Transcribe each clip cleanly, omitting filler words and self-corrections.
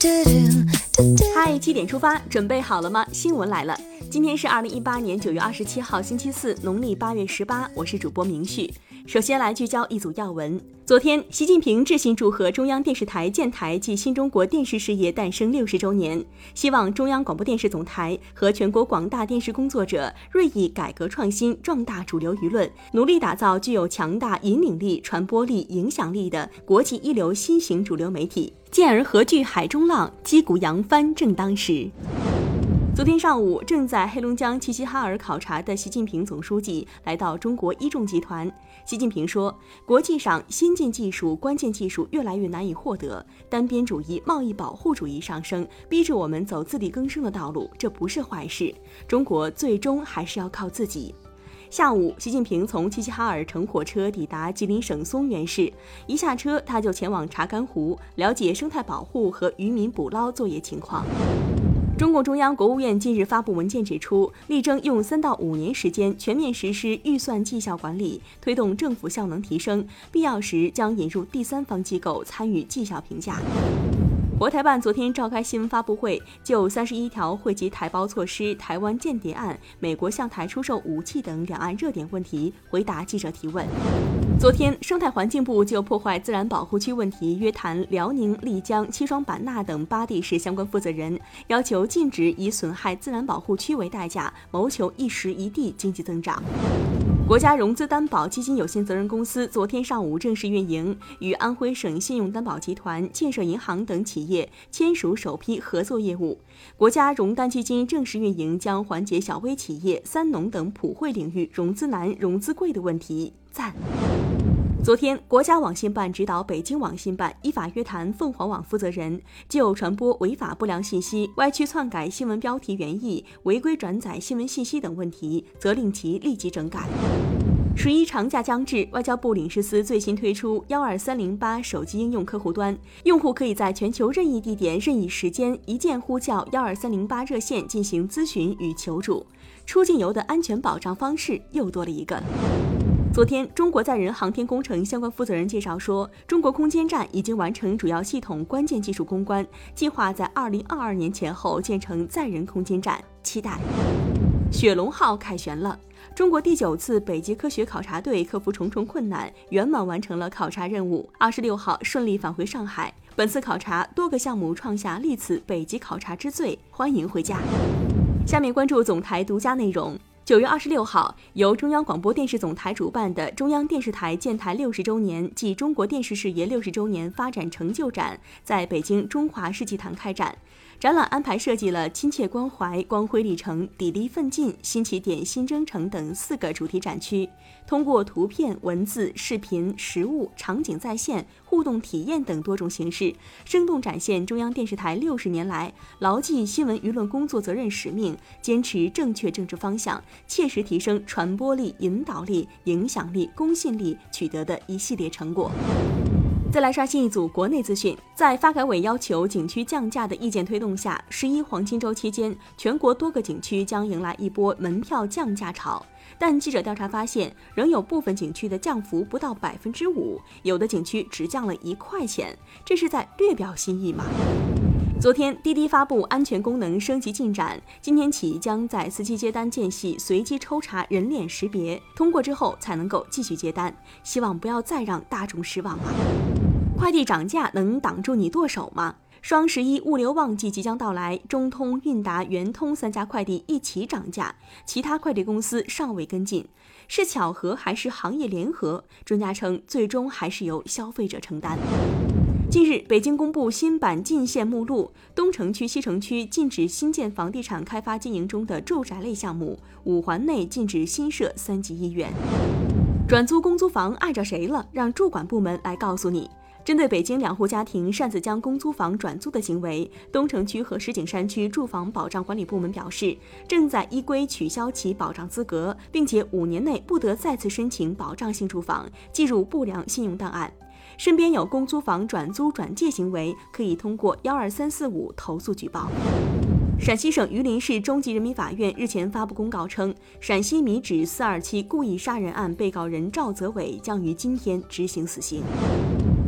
嗨，7点出发，准备好了吗？新闻来了，今天是2018年9月27号，星期四，农历8月18，我是主播明旭。首先来聚焦一组要闻。昨天，习近平致信祝贺中央电视台建台暨新中国电视事业诞生60周年，希望中央广播电视总台和全国广大电视工作者锐意改革创新，壮大主流舆论，努力打造具有强大引领力、传播力、影响力的国际一流新型主流媒体，健儿何惧海中浪，击鼓扬帆正当时。昨天上午，正在黑龙江齐齐哈尔考察的习近平总书记来到中国一众集团。习近平说，国际上先进技术、关键技术越来越难以获得，单边主义、贸易保护主义上升，逼着我们走自力更生的道路，这不是坏事。中国最终还是要靠自己。下午，习近平从齐齐哈尔乘火车抵达吉林省松原市，一下车他就前往查干湖，了解生态保护和渔民捕捞作业情况。中共中央、国务院近日发布文件指出，力争用3到5年时间全面实施预算绩效管理，推动政府效能提升，必要时将引入第三方机构参与绩效评价。国台办昨天召开新闻发布会，就31条惠及台胞措施、台湾间谍案、美国向台出售武器等两岸热点问题回答记者提问。昨天，生态环境部就破坏自然保护区问题约谈辽宁、丽江、西双版纳等8地市相关负责人，要求禁止以损害自然保护区为代价，谋求一时一地经济增长。国家融资担保基金有限责任公司昨天上午正式运营，与安徽省信用担保集团、建设银行等企业签署首批合作业务。国家融担基金正式运营将缓解小微企业、三农等普惠领域融资难、融资贵的问题，赞。昨天，国家网信办指导北京网信办依法约谈凤凰网负责人，就传播违法不良信息、歪曲篡改新闻标题原意、违规转载新闻信息等问题，责令其立即整改。11长假将至，外交部领事司最新推出12308手机应用客户端，用户可以在全球任意地点、任意时间一键呼叫12308热线进行咨询与求助。出境游的安全保障方式又多了一个。昨天，中国载人航天工程相关负责人介绍说，中国空间站已经完成主要系统关键技术攻关，计划在2022年前后建成载人空间站，期待。雪龙号凯旋了，中国第9次北极科学考察队克服重重困难，圆满完成了考察任务，26号顺利返回上海。本次考察多个项目创下历次北极考察之最，欢迎回家。下面关注总台独家内容。9月26号，由中央广播电视总台主办的中央电视台建台60周年暨中国电视事业60周年发展成就展在北京中华世纪坛开展。展览安排设计了亲切关怀、光辉历程、砥砺奋进、新起点、新征程等4个主题展区，通过图片、文字、视频、实物、场景再现、互动体验等多种形式，生动展现中央电视台60年来牢记新闻舆论工作责任使命，坚持正确政治方向，切实提升传播力、引导力、影响力、公信力取得的一系列成果。再来刷新一组国内资讯，在发改委要求景区降价的意见推动下，11黄金周期间，全国多个景区将迎来一波门票降价潮。但记者调查发现，仍有部分景区的降幅不到5%，有的景区只降了1块钱，这是在略表心意吗？昨天，滴滴发布安全功能升级进展，今天起将在司机接单间隙随机抽查人脸识别，通过之后才能够继续接单，希望不要再让大众失望了。快递涨价能挡住你剁手吗？双11物流旺季即将到来，中通、韵达、圆通3家快递一起涨价，其他快递公司尚未跟进，是巧合还是行业联合？专家称，最终还是由消费者承担。近日，北京公布新版禁限目录，东城区、西城区禁止新建房地产开发经营中的住宅类项目，5环内禁止新设3级医院。转租公租房碍着谁了？让主管部门来告诉你。针对北京2户家庭擅自将公租房转租的行为，东城区和石景山区住房保障管理部门表示，正在依规取消其保障资格，并且5年内不得再次申请保障性住房，记入不良信用档案。身边有公租房转租转借行为，可以通过12345投诉举报。陕西省榆林市中级人民法院日前发布公告称，陕西米脂427故意杀人案被告人赵泽伟将于今天执行死刑。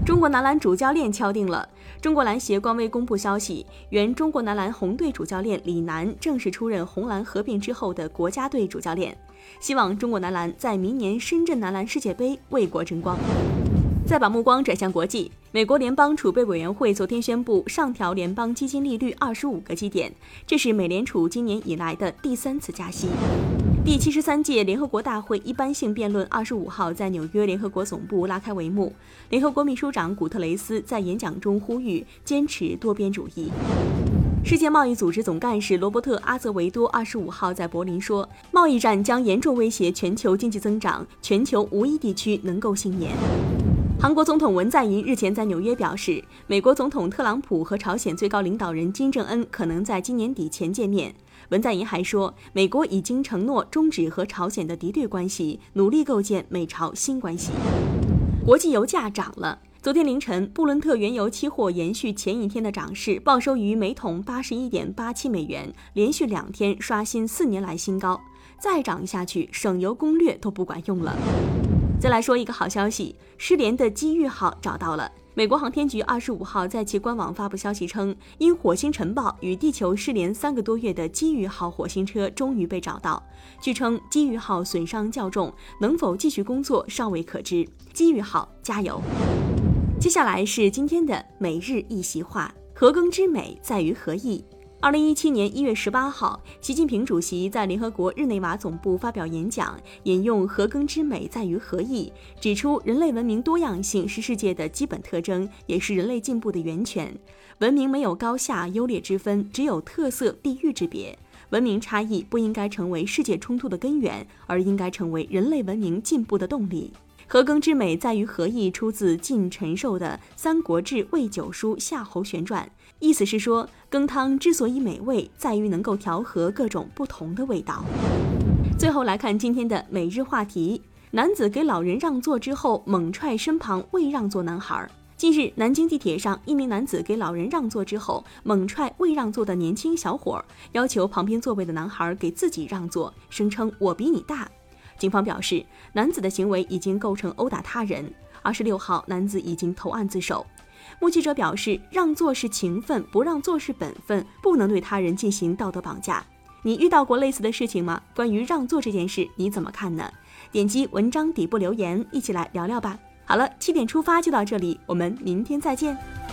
中国男篮主教练敲定了。中国篮协官微公布消息，原中国男篮红队主教练李楠正式出任红蓝合并之后的国家队主教练，希望中国男篮在明年深圳男篮世界杯为国争光。再把目光转向国际，美国联邦储备委员会昨天宣布上调联邦基金利率25个基点，这是美联储今年以来的第3次加息。第73届联合国大会一般性辩论25号在纽约联合国总部拉开帷幕，联合国秘书长古特雷斯在演讲中呼吁坚持多边主义。世界贸易组织总干事罗伯特·阿泽维多25号在柏林说，贸易战将严重威胁全球经济增长，全球无一地区能够幸免。韩国总统文在寅日前在纽约表示，美国总统特朗普和朝鲜最高领导人金正恩可能在今年底前见面。文在寅还说，美国已经承诺终止和朝鲜的敌对关系，努力构建美朝新关系。国际油价涨了。昨天凌晨，布伦特原油期货延续前一天的涨势，报收于每桶81.87美元，连续2天刷新4年来新高。再涨下去，省油攻略都不管用了。再来说一个好消息，失联的机遇号找到了。美国航天局25号在其官网发布消息称，因火星尘暴与地球失联3个多月的机遇号火星车终于被找到。据称，机遇号损伤较重，能否继续工作尚未可知。机遇号加油！接下来是今天的每日一席话：和耕之美在于合意。2017年1月18号，习近平主席在联合国日内瓦总部发表演讲，引用和耕之美在于合意，指出人类文明多样性是世界的基本特征，也是人类进步的源泉。文明没有高下优劣之分，只有特色地域之别。文明差异不应该成为世界冲突的根源，而应该成为人类文明进步的动力。和耕之美在于合意出自晋陈寿的《三国志魏九书夏侯玄传》，意思是说，羹汤之所以美味，在于能够调和各种不同的味道。最后来看今天的每日话题：男子给老人让座之后，猛踹身旁未让座男孩。近日，南京地铁上，一名男子给老人让座之后，猛踹未让座的年轻小伙，要求旁边座位的男孩给自己让座，声称我比你大。警方表示，男子的行为已经构成殴打他人。26号，男子已经投案自首。目击者表示，让座是情分，不让座是本分，不能对他人进行道德绑架。你遇到过类似的事情吗？关于让座这件事，你怎么看呢？点击文章底部留言，一起来聊聊吧。好了，7点出发就到这里，我们明天再见。